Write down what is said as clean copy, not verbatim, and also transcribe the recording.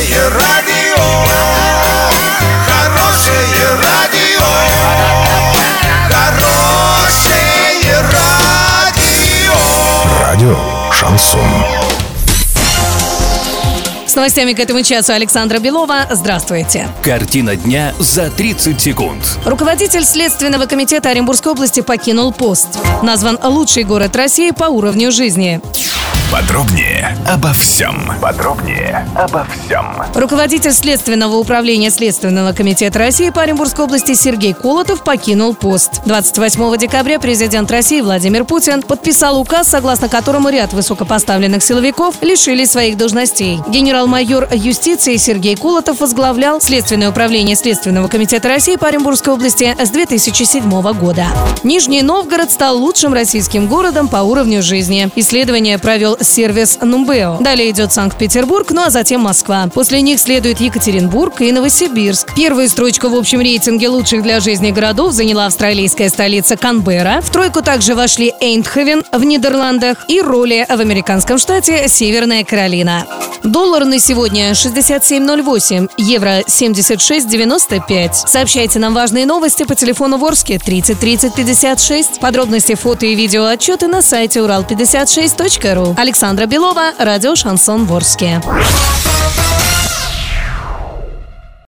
радио, хорошее радио, хорошее радио. Радио «Шансон». С новостями к этому часу Александра Белова. Здравствуйте. Картина дня за 30 секунд. Руководитель Следственного комитета Оренбургской области покинул пост. Назван лучший город России по уровню жизни. Подробнее обо всем. Руководитель Следственного управления Следственного комитета России по Оренбургской области Сергей Колотов покинул пост. 28 декабря президент России Владимир Путин подписал указ, согласно которому ряд высокопоставленных силовиков лишились своих должностей. Генерал-майор юстиции Сергей Колотов возглавлял Следственное управление Следственного комитета России по Оренбургской области с 2007 года. Нижний Новгород стал лучшим российским городом по уровню жизни. Исследование провел сервис Numbeo. Далее идет Санкт-Петербург, ну а затем Москва. После них следует Екатеринбург и Новосибирск. Первую строчку в общем рейтинге лучших для жизни городов заняла австралийская столица Канберра. В тройку также вошли Эйндховен в Нидерландах и Роли в американском штате Северная Каролина. Доллар на сегодня 67.08, евро 76.95. Сообщайте нам важные новости по телефону Ворске 30 30 56. Подробности, фото и видео отчеты на сайте урал56.ру. Александра Белова, радио «Шансон Ворске».